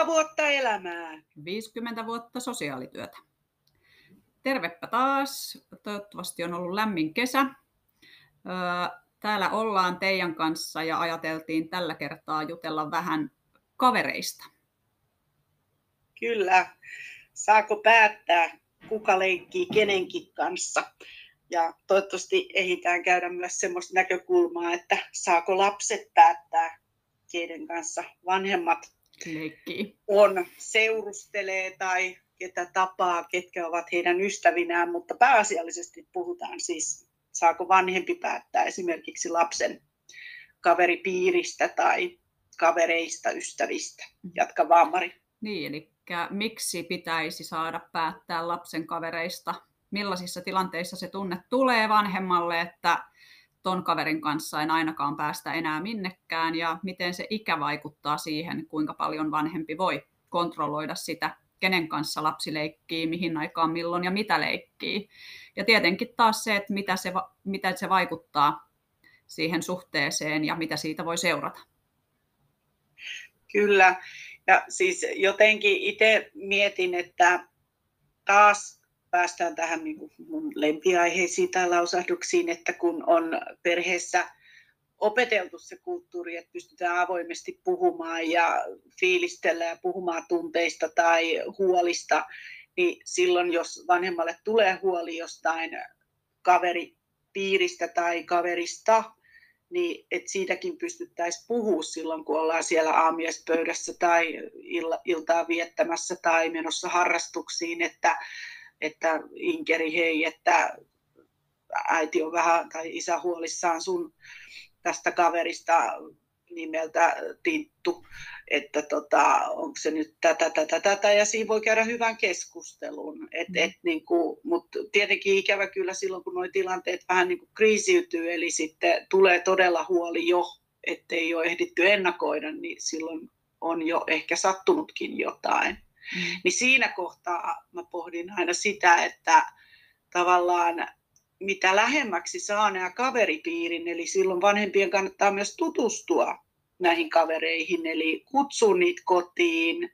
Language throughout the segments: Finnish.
100 vuotta elämää. 50 vuotta sosiaalityötä. Tervepä taas. Toivottavasti on ollut lämmin kesä. Täällä ollaan teidän kanssa ja ajateltiin tällä kertaa jutella vähän kavereista. Kyllä. Saako päättää, kuka leikkii kenenkin kanssa? Ja toivottavasti ehditään käydä myös semmoista näkökulmaa, että saako lapset päättää, keiden kanssa vanhemmat Leikkii. seurustelee tai ketä tapaa, ketkä ovat heidän ystävinään, mutta pääasiallisesti puhutaan siis, saako vanhempi päättää esimerkiksi lapsen kaveripiiristä tai kavereista, ystävistä. Jatka vaan, Mari. Niin, eli miksi pitäisi saada päättää lapsen kavereista? Millaisissa tilanteissa se tunne tulee vanhemmalle, että ton kaverin kanssa en ainakaan päästä enää minnekään, ja miten se ikä vaikuttaa siihen, kuinka paljon vanhempi voi kontrolloida sitä, kenen kanssa lapsi leikkii, mihin aikaan, milloin ja mitä leikkii. Ja tietenkin taas se, että mitä se vaikuttaa siihen suhteeseen ja mitä siitä voi seurata. Kyllä. Ja siis jotenkin itse mietin, että taas päästään tähän niin kuin mun lempiaiheisiin tai lausahduksiin, että kun on perheessä opeteltu se kulttuuri, että pystytään avoimesti puhumaan ja fiilistellä ja puhumaan tunteista tai huolista, niin silloin jos vanhemmalle tulee huoli jostain kaveripiiristä tai kaverista, niin että siitäkin pystyttäisiin puhumaan silloin, kun ollaan siellä aamiaispöydässä tai iltaa viettämässä tai menossa harrastuksiin, että Inkeri hei, että äiti on vähän tai isä huolissaan sun tästä kaverista nimeltä Tinttu, että onko se nyt tätä, ja siinä voi käydä hyvän keskustelun. Mutta tietenkin ikävä kyllä silloin, kun nuo tilanteet vähän niin kuin kriisiytyy, eli sitten tulee todella huoli jo, ettei ole ehditty ennakoida, niin silloin on jo ehkä sattunutkin jotain. Niin siinä kohtaa mä pohdin aina sitä, että tavallaan mitä lähemmäksi saa nämä kaveripiirin, eli silloin vanhempien kannattaa myös tutustua näihin kavereihin, eli kutsua niitä kotiin.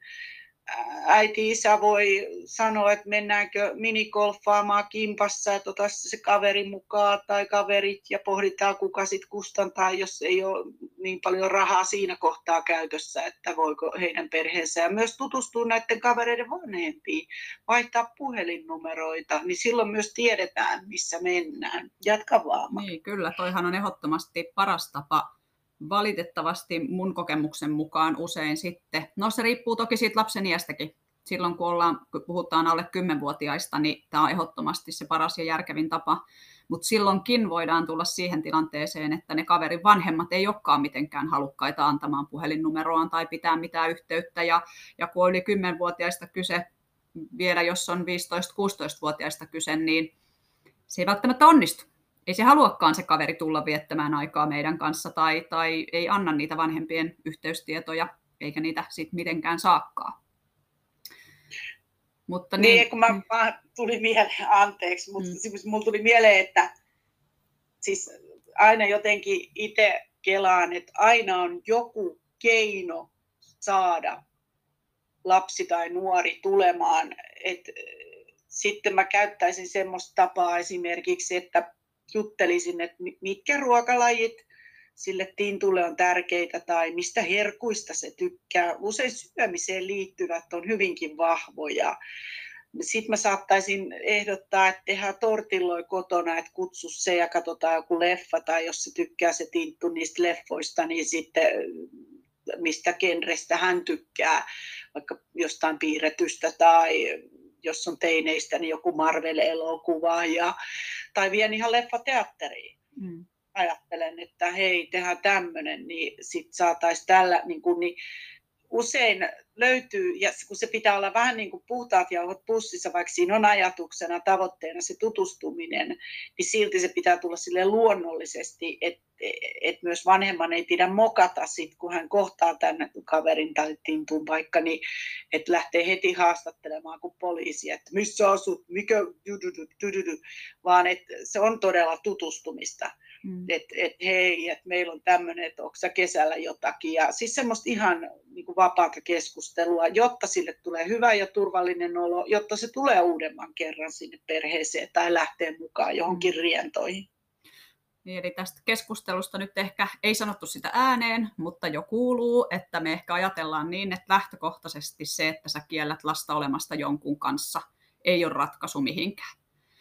Äiti, isä voi sanoa, että mennäänkö minigolfaamaan kimpassa, että ota se kaveri mukaan tai kaverit ja pohditaan kuka sitten kustantaa, jos ei ole niin paljon rahaa siinä kohtaa käytössä, että voiko heidän perheensä ja myös tutustua näiden kavereiden vanhempiin, vaihtaa puhelinnumeroita, niin silloin myös tiedetään, missä mennään. Jatka vaan. Niin, kyllä, toihan on ehdottomasti paras tapa. Valitettavasti mun kokemuksen mukaan usein sitten, no se riippuu toki siitä lapsen iästäkin. Silloin kun puhutaan alle 10-vuotiaista, niin tämä on ehdottomasti se paras ja järkevin tapa. Mutta silloinkin voidaan tulla siihen tilanteeseen, että ne kaverin vanhemmat ei olekaan mitenkään halukkaita antamaan puhelinnumeroaan tai pitää mitään yhteyttä. Ja kun oli 10-vuotiaista kyse, vielä jos on 15-16-vuotiaista kyse, niin se ei välttämättä onnistu. Ei se haluakaan se kaveri tulla viettämään aikaa meidän kanssa tai ei anna niitä vanhempien yhteystietoja, eikä niitä sitten mitenkään saakkaan. Mutta niin, kun mä tuli mieleen, anteeksi, mutta mulla tuli mieleen, että siis aina jotenkin itse kelaan, että aina on joku keino saada lapsi tai nuori tulemaan. Sitten mä käyttäisin semmoista tapaa esimerkiksi, että juttelisin, että mitkä ruokalajit sille Tintulle on tärkeitä tai mistä herkuista se tykkää. Usein syömiseen liittyvät on hyvinkin vahvoja. Sitten mä saattaisin ehdottaa, että tehdään tortilloi kotona, että kutsu se ja katsotaan joku leffa, tai jos se tykkää se Tinttu niistä leffoista, niin sitten mistä genrestä hän tykkää, vaikka jostain piirretystä tai jos on teineistä, niin joku Marvel-elokuva tai vien ihan leffateatteriin. Ajattelen, että hei, tehdään tämmöinen, niin sitten saataisiin tällä, niin usein löytyy, ja kun se pitää olla vähän niin kuin puhtaat jauhot pussissa, vaikka siinä on ajatuksena, tavoitteena se tutustuminen, niin silti se pitää tulla sille luonnollisesti, että myös vanhemman ei pidä mokata sit, kun hän kohtaa tämän kaverin tai Tintun vaikka, niin että lähtee heti haastattelemaan kuin poliisi, että missä asut, mikä, vaan että se on todella tutustumista. että hei, että meillä on tämmöinen, että onko sä kesällä jotakin. Ja siis semmoista ihan niin kuin vapaata keskustelua, jotta sille tulee hyvä ja turvallinen olo, jotta se tulee uudemman kerran sinne perheeseen tai lähtee mukaan johonkin rientoihin. Eli tästä keskustelusta nyt ehkä ei sanottu sitä ääneen, mutta jo kuuluu, että me ehkä ajatellaan niin, että lähtökohtaisesti se, että sä kiellät lasta olemasta jonkun kanssa, ei ole ratkaisu mihinkään.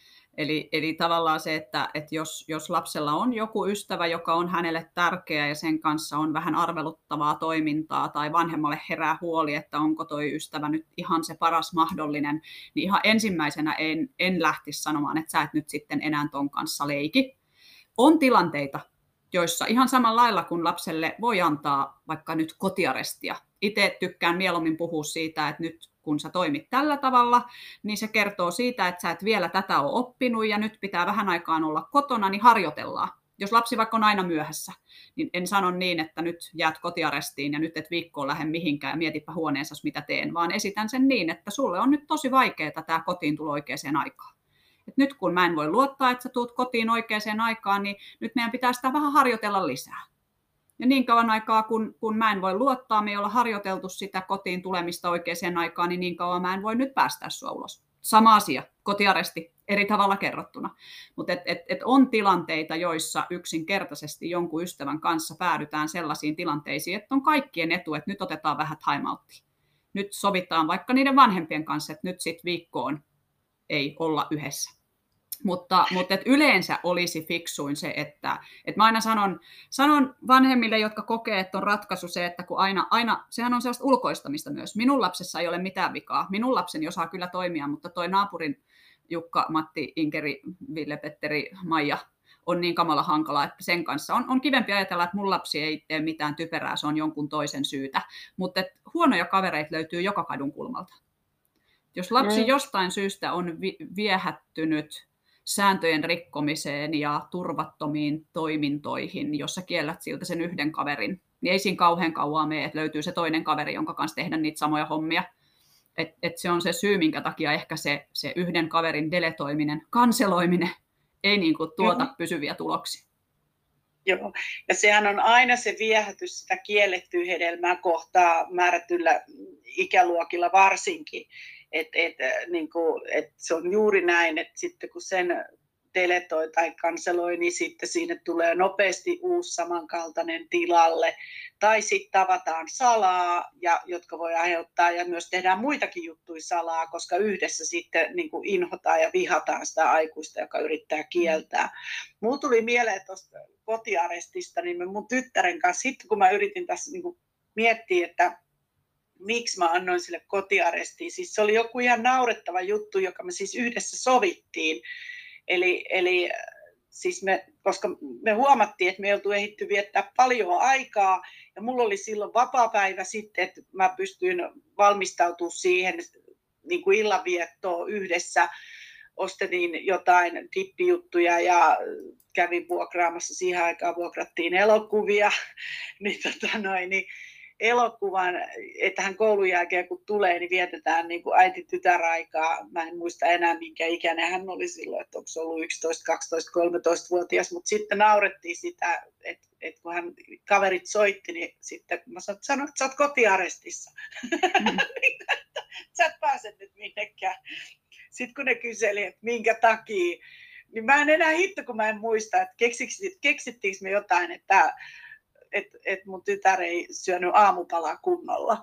Eli tavallaan se, että jos lapsella on joku ystävä, joka on hänelle tärkeä ja sen kanssa on vähän arveluttavaa toimintaa tai vanhemmalle herää huoli, että onko toi ystävä nyt ihan se paras mahdollinen, niin ihan ensimmäisenä en lähtisi sanomaan, että sä et nyt sitten enää ton kanssa leiki. On tilanteita, joissa ihan samalla lailla kun lapselle voi antaa vaikka nyt kotiarestia. Itse tykkään mieluummin puhua siitä, että nyt kun sä toimit tällä tavalla, niin se kertoo siitä, että sä et vielä tätä ole oppinut ja nyt pitää vähän aikaan olla kotona, niin harjoitellaan. Jos lapsi vaikka on aina myöhässä, niin en sano niin, että nyt jäät kotiarestiin ja nyt et viikkoon lähde mihinkään ja mietipä huoneessa, mitä teen, vaan esitän sen niin, että sulle on nyt tosi vaikeaa tämä kotiin tulo oikeaan aikaan. Et nyt kun mä en voi luottaa, että sä tuut kotiin oikeaan aikaan, niin nyt meidän pitää sitä vähän harjoitella lisää. Ja niin kauan aikaa, kun mä en voi luottaa, me ei olla harjoiteltu sitä kotiin tulemista oikeaan aikaan, niin kauan mä en voi nyt päästää sua ulos. Sama asia, kotiaresti, eri tavalla kerrottuna. Mutta on tilanteita, joissa yksinkertaisesti jonkun ystävän kanssa päädytään sellaisiin tilanteisiin, että on kaikkien etu, että nyt otetaan vähän time-outtia. Nyt sovitaan vaikka niiden vanhempien kanssa, että nyt sitten viikkoon ei olla yhdessä. Mutta yleensä olisi fiksuin se, että mä aina sanon vanhemmille, jotka kokee, että on ratkaisu se, että kun aina sehän on sellaista ulkoistamista myös. Minun lapsessa ei ole mitään vikaa. Minun lapseni osaa kyllä toimia, mutta toi naapurin Jukka, Matti, Inkeri, Ville, Petteri, Maija on niin kamala hankala, että sen kanssa on kivempi ajatella, että mun lapsi ei tee mitään typerää, se on jonkun toisen syytä. Mutta huonoja kavereita löytyy joka kadun kulmalta. Jos lapsi jostain syystä on viehättynyt sääntöjen rikkomiseen ja turvattomiin toimintoihin, jossa kiellät siltä sen yhden kaverin, niin ei siinä kauhean kauan mene, että löytyy se toinen kaveri, jonka kanssa tehdä niitä samoja hommia. Et se on se syy, minkä takia ehkä se yhden kaverin deletoiminen, kanseloiminen ei niin kuin tuota pysyviä tuloksia. Joo, ja sehän on aina se viehätys sitä kiellettyä hedelmää kohtaa määrätyllä ikäluokilla varsinkin. Et se on juuri näin, että sitten kun sen deletoi tai kanseloi, niin sitten siinä tulee nopeasti uusi samankaltainen tilalle. Tai sitten tavataan salaa, jotka voi aiheuttaa, ja myös tehdään muitakin juttuja salaa, koska yhdessä sitten niin kuin inhotaan ja vihataan sitä aikuista, joka yrittää kieltää. Mulla tuli mieleen tuosta kotiarestista, niin me mun tyttären kanssa, sitten kun mä yritin tässä niin kuin miettiä, että miksi mä annoin sille kotiarestiin. Siis se oli joku ihan naurettava juttu, joka me siis yhdessä sovittiin. Eli siis koska me huomattiin, että me ei oltu ehditty viettää paljon aikaa, ja mulla oli silloin vapaapäivä sitten, että mä pystyin valmistautumaan siihen niin kuin illanviettoon yhdessä. Ostelin jotain dippijuttuja ja kävin vuokraamassa, siihen aikaan vuokrattiin elokuvia, niin elokuvan, että hän koulun jälkeen kun tulee, niin vietetään niin kuin äiti-tytär-aikaa. Mä en muista enää minkä ikäinen hän oli silloin, että onko se ollut 11, 12, 13-vuotias, mutta sitten naurettiin sitä, että kun hän kaverit soitti, niin sitten mä sanoin, että sä oot kotiarestissa. Sä et pääse nyt minnekään. Sitten kun ne kyseli, että minkä takia, niin mä en enää hitto, kun mä en muista, että keksittiinkö me jotain, että mun tytär ei syönyt aamupalaa kunnolla.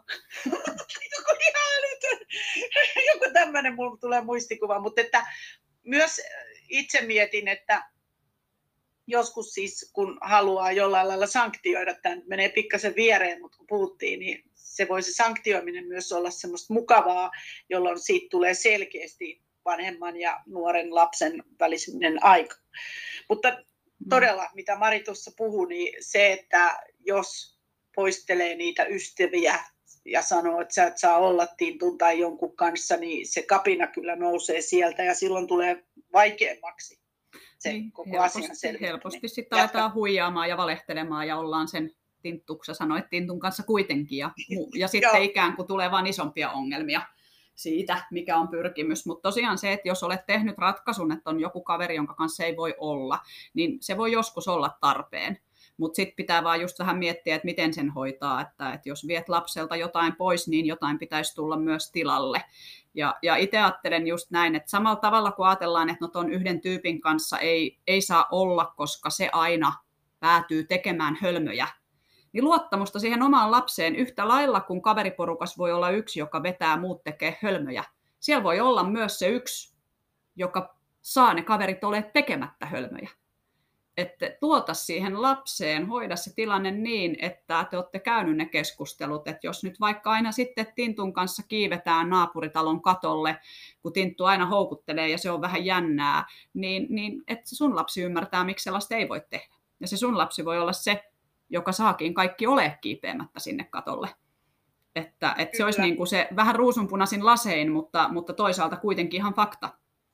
Joku tämmöinen mulla tulee muistikuva, mutta että myös itse mietin, että joskus siis kun haluaa jollain lailla sanktioida, tämä menee pikkasen viereen, mutta kun puhuttiin, niin se sanktioiminen myös olla semmoista mukavaa, jolloin siitä tulee selkeästi vanhemman ja nuoren lapsen välinen aika. Mutta todella, mitä Mari tuossa puhui, niin se, että jos poistelee niitä ystäviä ja sanoo, että sä et saa olla tintun tai jonkun kanssa, niin se kapina kyllä nousee sieltä ja silloin tulee vaikeammaksi se niin, koko asian selvittäminen. Helposti sitten aletaan huijaamaan ja valehtelemaan ja ollaan sen tinttuksi, sanoit tintun kanssa kuitenkin ja sitten ikään kuin tulee vaan isompia ongelmia. siitä, mikä on pyrkimys. Mutta tosiaan se, että jos olet tehnyt ratkaisun, että on joku kaveri, jonka kanssa ei voi olla, niin se voi joskus olla tarpeen. Mutta sitten pitää vaan just vähän miettiä, että miten sen hoitaa, että jos viet lapselta jotain pois, niin jotain pitäisi tulla myös tilalle. Ja itse ajattelen just näin, että samalla tavalla kun ajatellaan, että no ton yhden tyypin kanssa ei saa olla, koska se aina päätyy tekemään hölmöjä, niin luottamusta siihen omaan lapseen yhtä lailla, kun kaveriporukas voi olla yksi, joka vetää muut tekee hölmöjä. Siellä voi olla myös se yksi, joka saa ne kaverit olemaan tekemättä hölmöjä. Että tuota siihen lapseen, hoida se tilanne niin, että te olette käynyt ne keskustelut, että jos nyt vaikka aina sitten Tintun kanssa kiivetään naapuritalon katolle, kun Tinttu aina houkuttelee ja se on vähän jännää, niin että se sun lapsi ymmärtää, miksi sellaista ei voi tehdä. Ja se sun lapsi voi olla se, joka saakin kaikki ole kiipeämättä sinne katolle. Että se olisi niin kuin se vähän ruusunpunaisin lasein, mutta toisaalta kuitenkin ihan fakta.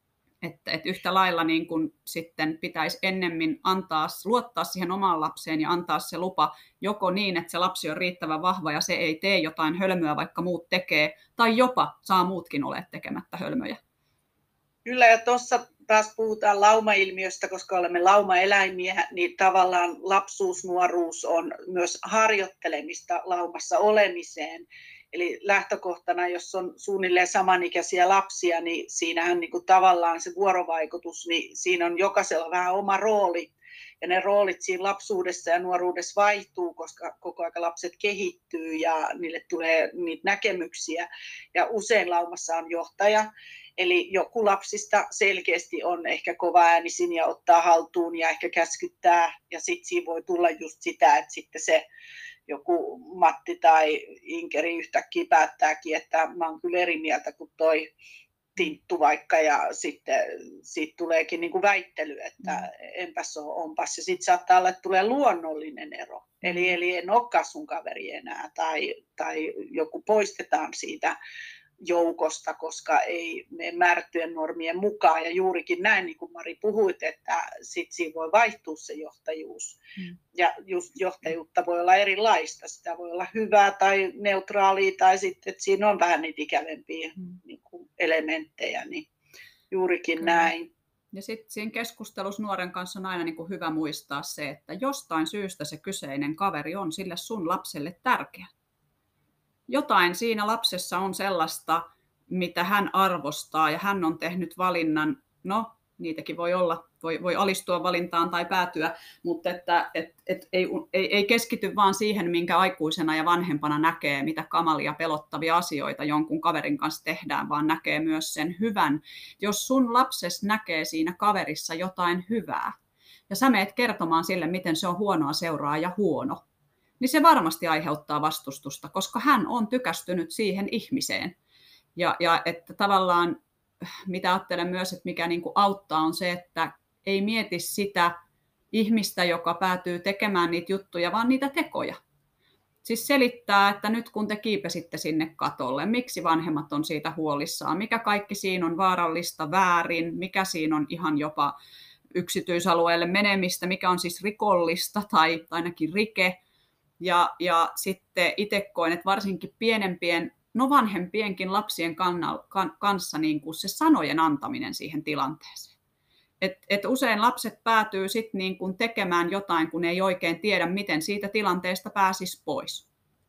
Että yhtä lailla niin kuin sitten pitäisi ennemmin luottaa siihen omaan lapseen ja antaa se lupa joko niin, että se lapsi on riittävän vahva ja se ei tee jotain hölmöä, vaikka muut tekee, tai jopa saa muutkin ole tekemättä hölmöjä. Kyllä, ja tuossa taas puhutaan laumailmiöstä, koska olemme laumaeläimiä, niin tavallaan lapsuus, nuoruus on myös harjoittelemista laumassa olemiseen. Eli lähtökohtana, jos on suunnilleen samanikäisiä lapsia, niin siinähän niin kuin tavallaan se vuorovaikutus, niin siinä on jokaisella vähän oma rooli. Ja ne roolit siinä lapsuudessa ja nuoruudessa vaihtuu, koska koko ajan lapset kehittyy ja niille tulee niitä näkemyksiä. Ja usein laumassa on johtaja. Eli joku lapsista selkeästi on ehkä kovaäänisin ja ottaa haltuun ja ehkä käskyttää. Ja sitten siinä voi tulla just sitä, että sitten se joku Matti tai Inkeri yhtäkkiä päättääkin, että mä oon kyllä eri mieltä kuin toi Tinttu vaikka, ja sitten siitä tuleekin niin kuin väittely, että enpäs ole, onpas. Ja sitten saattaa olla, että tulee luonnollinen ero. Eli en olekaan sun kaveri enää, tai joku poistetaan siitä joukosta, koska ei mene määrättyjen normien mukaan. Ja juurikin näin, niin kuin Mari puhuit, että sitten siinä voi vaihtua se johtajuus. Ja just johtajuutta voi olla erilaista. Sitä voi olla hyvää tai neutraalia, tai sitten, että siinä on vähän niitä ikävempiä niin kuin elementtejä. Niin juurikin näin. Ja sitten siinä keskustelussa nuoren kanssa on aina niin kuin hyvä muistaa se, että jostain syystä se kyseinen kaveri on sille sun lapselle tärkeä. Jotain siinä lapsessa on sellaista, mitä hän arvostaa ja hän on tehnyt valinnan. No, niitäkin voi olla, voi alistua valintaan tai päätyä, mutta että ei keskity vaan siihen, minkä aikuisena ja vanhempana näkee, mitä kamalia pelottavia asioita jonkun kaverin kanssa tehdään, vaan näkee myös sen hyvän. Jos sun lapses näkee siinä kaverissa jotain hyvää ja sä meet kertomaan sille, miten se on huonoa seuraa ja huono, niin se varmasti aiheuttaa vastustusta, koska hän on tykästynyt siihen ihmiseen. Ja että tavallaan, mitä ajattelen myös, että mikä niin kuin auttaa, on se, että ei mieti sitä ihmistä, joka päätyy tekemään niitä juttuja, vaan niitä tekoja. Siis selittää, että nyt kun te kiipesitte sinne katolle, miksi vanhemmat on siitä huolissaan, mikä kaikki siinä on vaarallista, väärin, mikä siinä on ihan jopa yksityisalueelle menemistä, mikä on siis rikollista tai ainakin rike. Ja sitten itse koen, että varsinkin pienempien, vanhempienkin lapsien kanssa niin kuin se sanojen antaminen siihen tilanteeseen. Et usein lapset päätyy sitten niin kuin tekemään jotain, kun ei oikein tiedä, miten siitä tilanteesta pääsisi pois.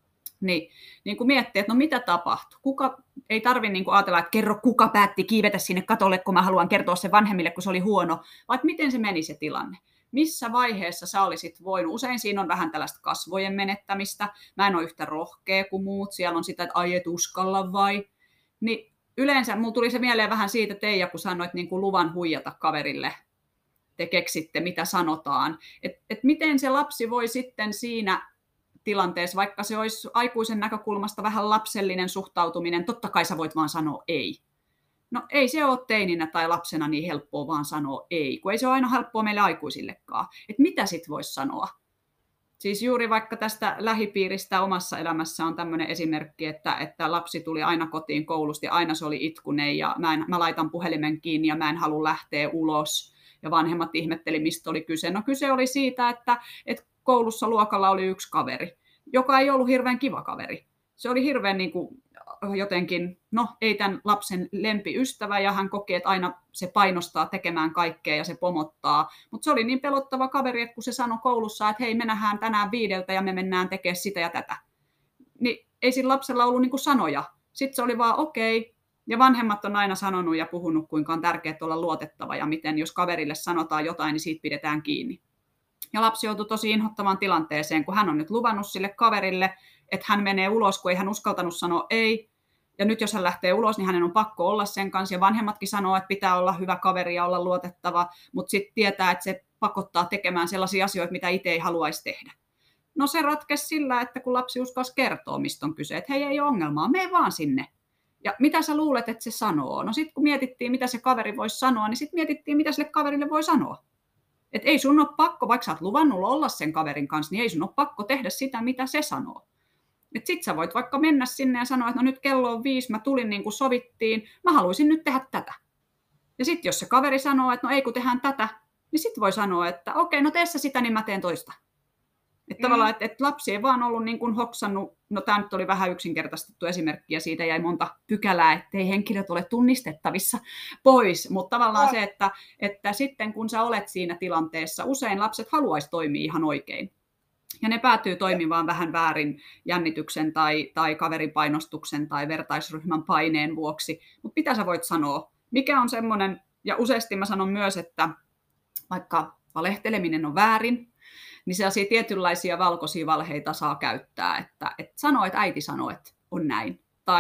Niin kuin miettii, että no mitä tapahtui? Ei tarvitse niin kuin ajatella, että kerro kuka päätti kiivetä sinne katolle, kun mä haluan kertoa sen vanhemmille, kun se oli huono, vaan miten se meni se tilanne. Missä vaiheessa sä olisit voinut? Usein siinä on vähän tällaista kasvojen menettämistä. Mä en ole yhtä rohkea kuin muut. Siellä on sitä, että ai et uskalla vai. Niin yleensä mulla tuli se mieleen vähän siitä, Teija, kun sanoit niin kuin luvan huijata kaverille. Te keksitte, mitä sanotaan. Et miten se lapsi voi sitten siinä tilanteessa, vaikka se olisi aikuisen näkökulmasta vähän lapsellinen suhtautuminen, totta kai sä voit vaan sanoa ei. No ei se ole teininä tai lapsena niin helppoa vaan sanoa ei, kun ei se ole aina helppoa meille aikuisillekaan. Että mitä sit voisi sanoa? Siis juuri vaikka tästä lähipiiristä omassa elämässä on tämmöinen esimerkki, että lapsi tuli aina kotiin koulusta ja aina se oli itkunen ja mä laitan puhelimen kiinni ja mä en halua lähteä ulos. Ja vanhemmat ihmetteli, mistä oli kyse. No kyse oli siitä, että koulussa luokalla oli yksi kaveri, joka ei ollut hirveän kiva kaveri. Se oli hirveän niin kuin jotenkin, no ei tämän lapsen lempiystävä ja hän kokee, että aina se painostaa tekemään kaikkea ja se pomottaa. Mutta se oli niin pelottava kaveri, että kun se sanoi koulussa, että hei, me nähdään tänään 5 ja me mennään tekemään sitä ja tätä. Niin ei sillä lapsella ollut niinku sanoja. Sitten se oli vaan okei. Ja vanhemmat on aina sanonut ja puhunut, kuinka on tärkeää olla luotettava ja miten jos kaverille sanotaan jotain, niin siitä pidetään kiinni. Ja lapsi joutui tosi inhottavaan tilanteeseen, kun hän on nyt luvannut sille kaverille, että hän menee ulos, kun ei hän uskaltanut sanoa ei. Ja nyt jos hän lähtee ulos, niin hänen on pakko olla sen kanssa. Ja vanhemmatkin sanoo, että pitää olla hyvä kaveri ja olla luotettava, mutta sitten tietää, että se pakottaa tekemään sellaisia asioita, mitä itse ei haluaisi tehdä. No se ratkesi sillä, että kun lapsi uskalsi kertoa, mistä on kyse, että hei, ei ole ongelmaa, mene vaan sinne. Ja mitä sä luulet, että se sanoo? No sitten kun mietittiin, mitä se kaveri voisi sanoa, niin sitten mietittiin, mitä sille kaverille voi sanoa. Että ei sun ole pakko, vaikka sä oot luvannut olla sen kaverin kanssa, niin ei sun ole pakko tehdä sitä, mitä se sanoo. Että sit sä voit vaikka mennä sinne ja sanoa, että no nyt kello on 5, mä tulin niin kuin sovittiin, mä haluaisin nyt tehdä tätä. Ja sitten jos se kaveri sanoo, että no ei kun tehdään tätä, niin sitten voi sanoa, että okei, no tee sä sitä, niin mä teen toista. Että tavallaan, että lapsi ei vaan ollut niin kuin hoksannut, no tämä nyt oli vähän yksinkertaistettu esimerkki ja siitä jäi monta pykälää, ettei henkilöt ole tunnistettavissa pois, mutta tavallaan se, että sitten kun sä olet siinä tilanteessa, usein lapset haluaisi toimia ihan oikein. Ja ne päätyy toimimaan vähän väärin jännityksen tai kaveripainostuksen tai vertaisryhmän paineen vuoksi. Mutta mitä sä voit sanoa? Mikä on semmoinen, ja useasti mä sanon myös, että vaikka valehteleminen on väärin, niin sellaisia tietynlaisia valkoisia valheita saa käyttää, että sanoo, että äiti sanoo, että on näin,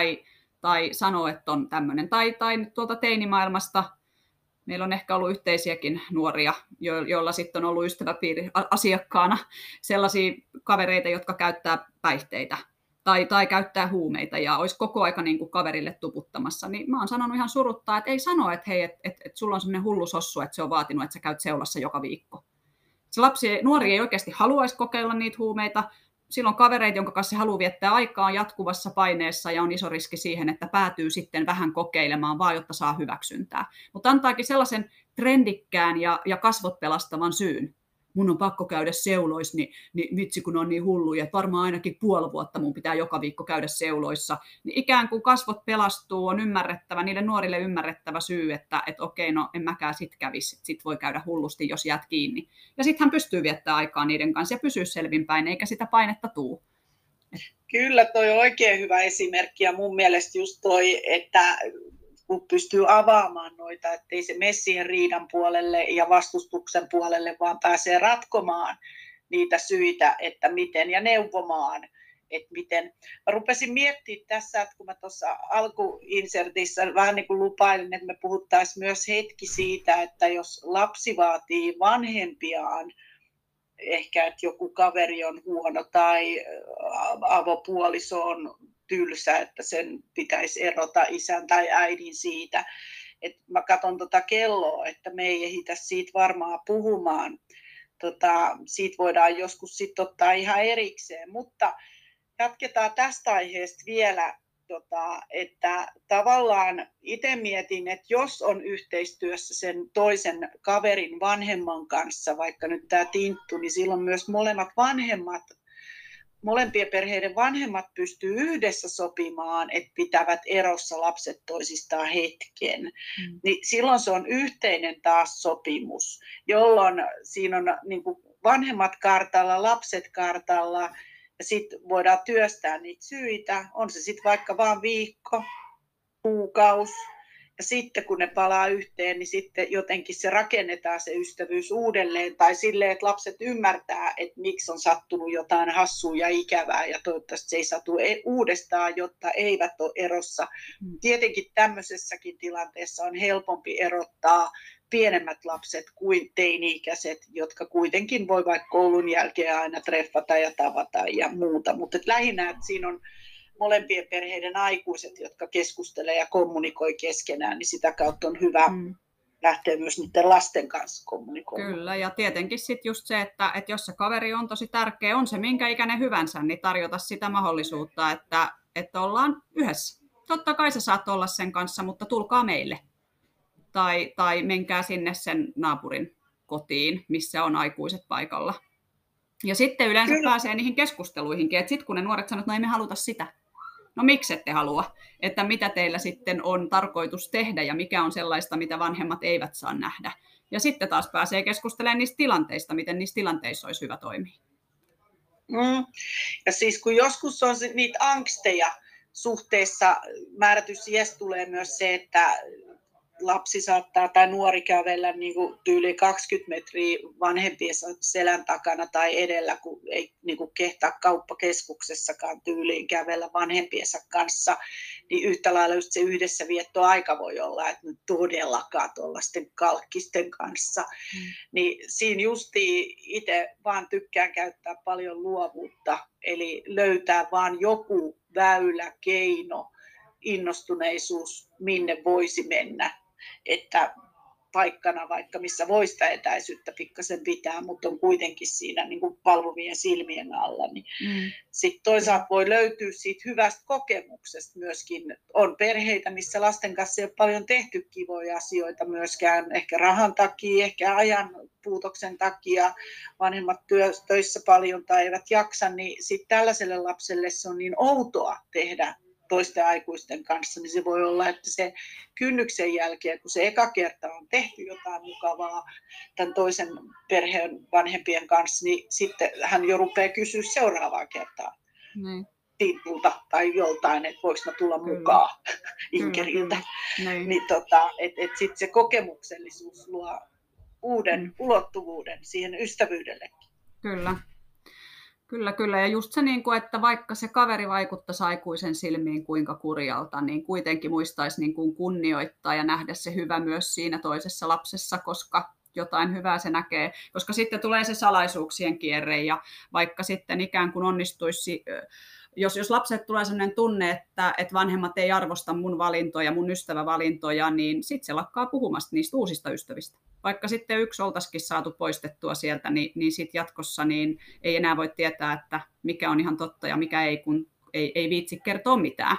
tai sanoo, että on tämmöinen, tai tuolta teinimaailmasta, meillä on ehkä ollut yhteisiäkin nuoria, joilla sitten on ollut ystäväpiiri asiakkaana sellaisia kavereita, jotka käyttää päihteitä tai käyttää huumeita ja olisi koko aika niin kuin kaverille tuputtamassa, niin mä oon sanonut ihan suruttaa, että ei sano, että hei, että sulla on semmoinen hullu sossu, että se on vaatinut, että sä käyt seulassa joka viikko. Se nuori ei oikeasti haluaisi kokeilla niitä huumeita. Silloin kavereita, jonka kanssa se haluaa viettää aikaa, on jatkuvassa paineessa ja on iso riski siihen, että päätyy sitten vähän kokeilemaan, vaan jotta saa hyväksyntää. Mutta antaakin sellaisen trendikkään ja kasvot pelastavan syyn. Mun on pakko käydä seuloissa, niin vitsi kun on niin hulluja, että varmaan ainakin 5 vuotta mun pitää joka viikko käydä seuloissa. Niin ikään kuin kasvot pelastuu, on ymmärrettävä, niille nuorille ymmärrettävä syy, että okei, no en mäkään sit kävisi, sit voi käydä hullusti, jos jäät kiinni. Ja sitten hän pystyy viettämään aikaa niiden kanssa ja pysyä selvinpäin, eikä sitä painetta tuu. Kyllä, toi on oikein hyvä esimerkki ja mun mielestä just toi, että kun pystyy avaamaan noita, ettei se mene siihen riidan puolelle ja vastustuksen puolelle, vaan pääsee ratkomaan niitä syitä, että miten, ja neuvomaan, että miten. Mä rupesin miettimään tässä, että kun mä tuossa alkuinsertissä vähän niin kuin lupailin, että me puhuttaisiin myös hetki siitä, että jos lapsi vaatii vanhempiaan, ehkä että joku kaveri on huono tai avopuoliso on tylsä, että sen pitäisi erota isän tai äidin siitä. Et mä katson kelloa, että me ei ehditä siitä varmaan puhumaan. Siitä voidaan joskus sitten ottaa ihan erikseen, mutta jatketaan tästä aiheesta vielä, että tavallaan itse mietin, että jos on yhteistyössä sen toisen kaverin vanhemman kanssa, vaikka nyt tämä Tinttu, niin silloin myös molempien perheiden vanhemmat pystyy yhdessä sopimaan, että pitävät erossa lapset toisistaan hetken. Niin silloin se on yhteinen taas sopimus, jolloin siinä on niin kuin vanhemmat kartalla, lapset kartalla, ja sitten voidaan työstää niitä syitä. On se sitten vaikka vain viikko, kuukausi. Ja sitten kun ne palaa yhteen, niin sitten jotenkin se rakennetaan se ystävyys uudelleen. Tai silleen, että lapset ymmärtää, että miksi on sattunut jotain hassua ja ikävää. Ja toivottavasti se ei satu uudestaan, jotta eivät ole erossa. Tietenkin tämmöisessäkin tilanteessa on helpompi erottaa pienemmät lapset kuin teini-ikäiset, jotka kuitenkin voi vaikka koulun jälkeen aina treffata ja tavata ja muuta. Mutta lähinnä, että siinä on molempien perheiden aikuiset, jotka keskustelee ja kommunikoi keskenään, niin sitä kautta on hyvä lähteä myös niiden lasten kanssa kommunikoimaan. Kyllä, ja tietenkin sitten just se, että jos se kaveri on tosi tärkeä, on se minkä ikäinen hyvänsä, niin tarjota sitä mahdollisuutta, että ollaan yhdessä. Totta kai sä saat olla sen kanssa, mutta tulkaa meille. Tai menkää sinne sen naapurin kotiin, missä on aikuiset paikalla. Ja sitten yleensä pääsee niihin keskusteluihinkin, että sitten kun ne nuoret sanoo, että no ei me haluta sitä, no miksi ette halua, että mitä teillä sitten on tarkoitus tehdä ja mikä on sellaista, mitä vanhemmat eivät saa nähdä. Ja sitten taas pääsee keskustelemaan niistä tilanteista, miten niissä tilanteissa olisi hyvä toimia. Ja siis kun joskus on niitä angsteja suhteessa, määrätyssä iässä tulee myös se, että lapsi saattaa tai nuori kävellä niin kuin tyyli 20 metriä vanhempiensa selän takana tai edellä, kun ei niin kuin kehtaa kauppakeskuksessakaan tyyliin kävellä vanhempiensa kanssa, niin yhtä lailla just se yhdessä viettoaika voi olla, että nyt todellakaan tuollaisten kalkkisten kanssa. Niin siinä justiin itse vaan tykkään käyttää paljon luovuutta, eli löytää vaan joku väylä, keino, innostuneisuus, minne voisi mennä. Että paikkana vaikka missä voi sitä etäisyyttä pikkasen pitää, mutta on kuitenkin siinä niin kuin valvovien silmien alla. Niin sitten toisaalta voi löytyä siitä hyvästä kokemuksesta myöskin. On perheitä, missä lasten kanssa ei ole paljon tehty kivoja asioita myöskään, ehkä rahan takia, ehkä ajan puutoksen takia, vanhemmat töissä paljon tai eivät jaksa, niin sitten tällaiselle lapselle se on niin outoa tehdä toisten aikuisten kanssa, niin se voi olla, että se kynnyksen jälkeen, kun se eka kerta on tehty jotain mukavaa tämän toisen perheen vanhempien kanssa, niin sitten hän jo rupeaa kysyä seuraavaa kertaa Tiitulta tai joltain, että voiko mä tulla mukaan Inkeriltä. Niin että sitten se kokemuksellisuus luo uuden ulottuvuuden siihen ystävyydellekin. Kyllä. Kyllä. Ja just se, että vaikka se kaveri vaikuttaisi aikuisen silmiin kuinka kurjalta, niin kuitenkin muistaisi kunnioittaa ja nähdä se hyvä myös siinä toisessa lapsessa, koska jotain hyvää se näkee. Koska sitten tulee se salaisuuksien kierre ja vaikka sitten ikään kuin onnistuisi, jos lapset tulee sellainen tunne, että vanhemmat ei arvosta mun valintoja, mun ystävävalintoja, niin sitten se lakkaa puhumasta niistä uusista ystävistä. Vaikka sitten yksi oltaisikin saatu poistettua sieltä, niin sitten jatkossa niin ei enää voi tietää, että mikä on ihan totta ja mikä ei, kun ei viitsi kertoa mitään.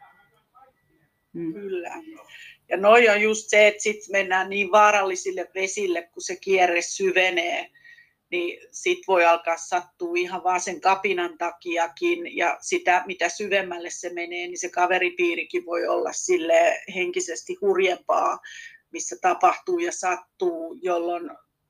Kyllä. Ja noi on just se, että sitten mennään niin vaarallisille vesille, kun se kierre syvenee, niin sit voi alkaa sattua ihan vaan sen kapinan takiakin, ja sitä mitä syvemmälle se menee, niin se kaveripiirikin voi olla sille henkisesti hurjempaa, missä tapahtuu ja sattuu, jolloin,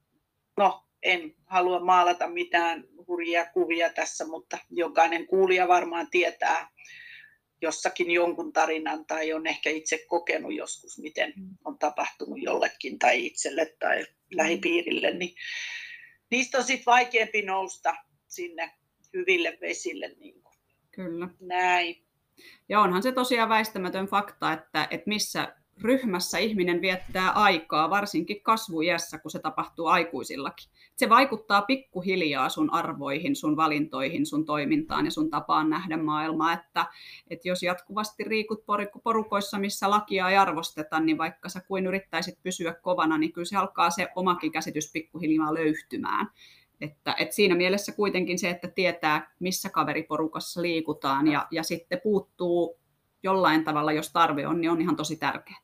en halua maalata mitään hurjia kuvia tässä, mutta jokainen kuulija varmaan tietää jossakin jonkun tarinan tai on ehkä itse kokenut joskus, miten on tapahtunut jollekin tai itselle tai lähipiirille, niin niistä on sitten vaikeampi nousta sinne hyville vesille. Kyllä. Näin. Ja onhan se tosiaan väistämätön fakta, että missä ryhmässä ihminen viettää aikaa, varsinkin kasvuiässä, kun se tapahtuu aikuisillakin. Se vaikuttaa pikkuhiljaa sun arvoihin, sun valintoihin, sun toimintaan ja sun tapaan nähdä maailmaa. Että jos jatkuvasti riikut porukoissa, missä lakia ei arvosteta, niin vaikka sä kuin yrittäisit pysyä kovana, niin kyllä se alkaa se omakin käsitys pikkuhiljaa löyhtymään. Että siinä mielessä kuitenkin se, että tietää, missä kaveriporukassa liikutaan ja sitten puuttuu jollain tavalla, jos tarve on, niin on ihan tosi tärkeää.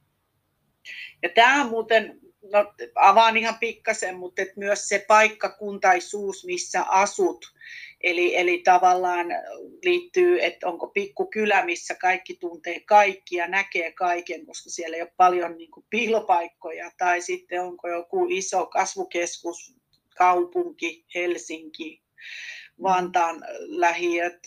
Ja tämähän muuten, avaan ihan pikkasen, mutta myös se paikkakuntaisuus, missä asut, eli tavallaan liittyy, että onko pikkukylä, missä kaikki tuntee kaikki ja näkee kaiken, koska siellä ei ole paljon piilopaikkoja, tai sitten onko joku iso kasvukeskus, kaupunki, Helsinki, Vantaan lähiöt,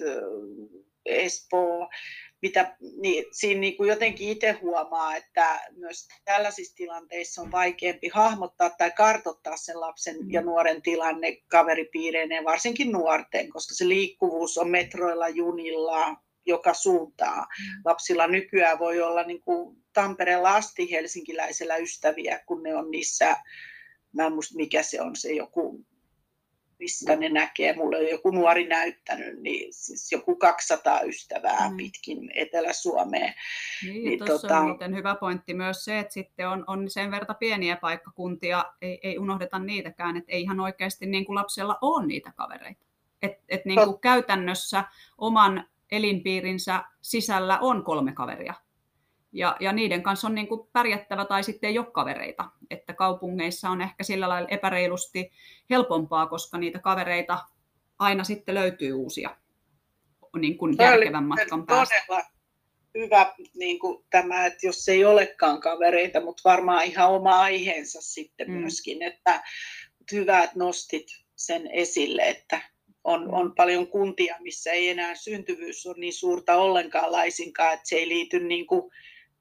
Espoo, siinä jotenkin itse huomaa, että myös tällaisissa tilanteissa on vaikeampi hahmottaa tai kartoittaa sen lapsen ja nuoren tilanne kaveripiireineen, varsinkin nuorten, koska se liikkuvuus on metroilla, junilla, joka suuntaan. Lapsilla nykyään voi olla Tampereella asti helsinkiläisellä ystäviä, kun ne on niissä, mä en muista mikä se on, se joku, mistä ne näkee, mulle on joku nuori näyttänyt, niin siis joku 200 ystävää pitkin Etelä-Suomeen. Niin tuossa on muuten hyvä pointti myös se, että sitten on sen verta pieniä paikkakuntia, ei unohdeta niitäkään, että ei ihan oikeasti niin kuin lapsella ole niitä kavereita. Et niin kuin käytännössä oman elinpiirinsä sisällä on 3 kaveria. Ja niiden kanssa on niin kuin pärjättävä tai sitten ei ole kavereita. Että kaupungeissa on ehkä sillä lailla epäreilusti helpompaa, koska niitä kavereita aina sitten löytyy uusia niin kuin järkevän matkan päästä. Todella hyvä niin kuin tämä, että jos ei olekaan kavereita, mutta varmaan ihan oma aiheensa sitten myöskin, että hyvä, että nostit sen esille, että on paljon kuntia, missä ei enää syntyvyys ole niin suurta ollenkaan laisinkaan, että se ei liity niin kuin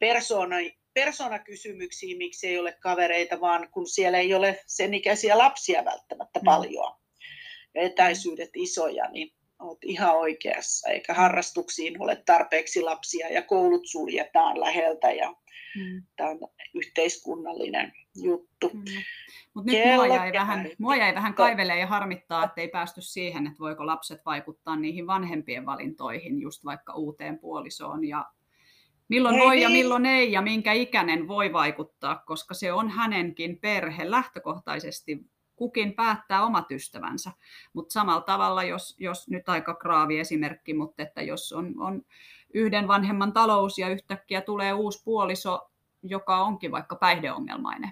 persoonakysymyksiin, miksi ei ole kavereita, vaan kun siellä ei ole sen ikäisiä lapsia välttämättä paljon ja etäisyydet isoja, niin olet ihan oikeassa, eikä harrastuksiin ole tarpeeksi lapsia ja koulut suljetaan läheltä ja tämä on yhteiskunnallinen juttu. Mutta nyt mua jäi vähän kaivelee ja harmittaa, että ei päästy siihen, että voiko lapset vaikuttaa niihin vanhempien valintoihin, just vaikka uuteen puolisoon ja milloin voi ja milloin ei ja minkä ikäinen voi vaikuttaa, koska se on hänenkin perhe lähtökohtaisesti. Kukin päättää omat ystävänsä, mutta samalla tavalla, jos nyt aika graavi esimerkki, mutta että jos on yhden vanhemman talous ja yhtäkkiä tulee uusi puoliso, joka onkin vaikka päihdeongelmainen,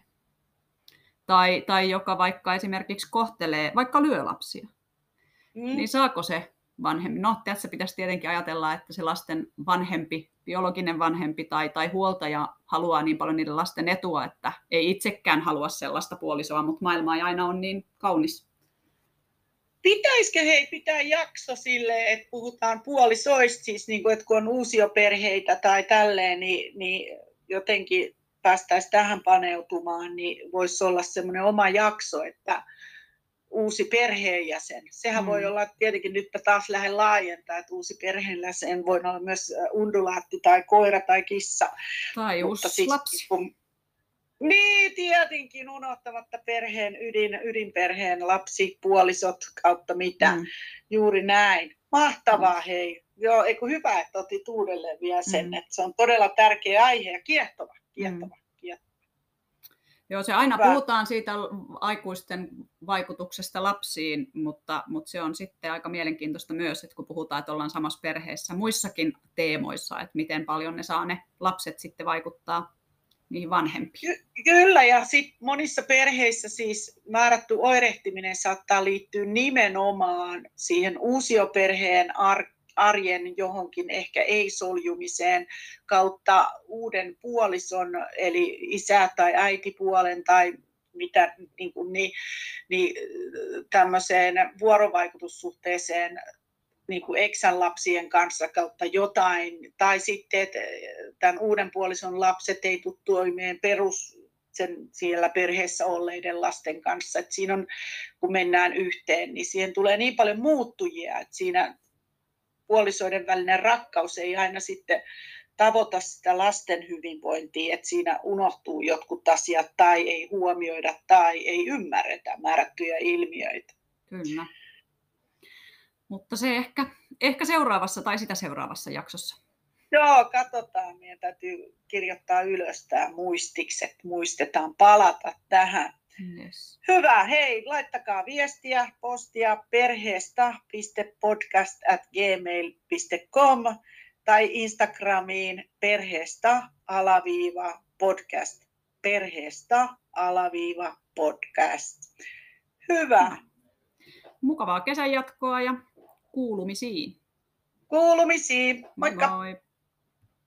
tai joka vaikka esimerkiksi kohtelee, vaikka lyö lapsia, niin saako se vanhempi? No, tässä pitäisi tietenkin ajatella, että se lasten vanhempi, biologinen vanhempi tai huoltaja haluaa niin paljon niiden lasten etua, että ei itsekään halua sellaista puolisoa, mutta maailma ei aina ole niin kaunis. Pitäisikö pitää jakso silleen, että puhutaan puolisoista, siis niin kuin, että kun on uusioperheitä tai tälleen, niin jotenkin päästäisiin tähän paneutumaan, niin voisi olla semmoinen oma jakso, että uusi perheenjäsen. Sehän voi olla, tietenkin nyt taas lähden laajentaa, että uusi perheenjäsen voi olla myös undulaatti tai koira tai kissa. Tai uusi lapsi. Niin, tietenkin unohtamatta perheen ydinperheen lapsi, puolisot kautta mitä. Juuri näin. Mahtavaa, hei. Joo, eikö hyvä, että otit uudelleen vielä sen, että se on todella tärkeä aihe ja kiehtova. Joo, se aina puhutaan siitä aikuisten vaikutuksesta lapsiin, mutta se on sitten aika mielenkiintoista myös, että kun puhutaan, että ollaan samassa perheessä muissakin teemoissa, että miten paljon ne saa ne lapset sitten vaikuttaa niihin vanhempiin. Kyllä, ja sitten monissa perheissä siis määrätty oirehtiminen saattaa liittyä nimenomaan siihen uusioperheen arjen johonkin ehkä ei-soljumiseen kautta uuden puolison, eli isä- tai äitipuolen tai mitä, niin tämmöiseen vuorovaikutussuhteeseen niin kuin eksän lapsien kanssa kautta jotain, tai sitten, että tämän uuden puolison lapset ei tule toimeen siellä perheessä olleiden lasten kanssa. Että siinä on, kun mennään yhteen, niin siihen tulee niin paljon muuttujia, että siinä puolisoiden välinen rakkaus ei aina sitten tavoita sitä lasten hyvinvointia, että siinä unohtuu jotkut asiat tai ei huomioida tai ei ymmärretä määrättyjä ilmiöitä. Kyllä. Mutta se ehkä seuraavassa tai sitä seuraavassa jaksossa. Joo, katsotaan. Meidän täytyy kirjoittaa ylös tämä muistiksi, että muistetaan palata tähän. Yes. Hyvä, hei, laittakaa viestiä, postia perheesta.podcast@gmail.com tai Instagramiin perheesta_podcast. Perheesta_podcast. Hyvä. Mukavaa kesän jatkoa ja kuulumisiin. Kuulumisiin. Moikka. Moi.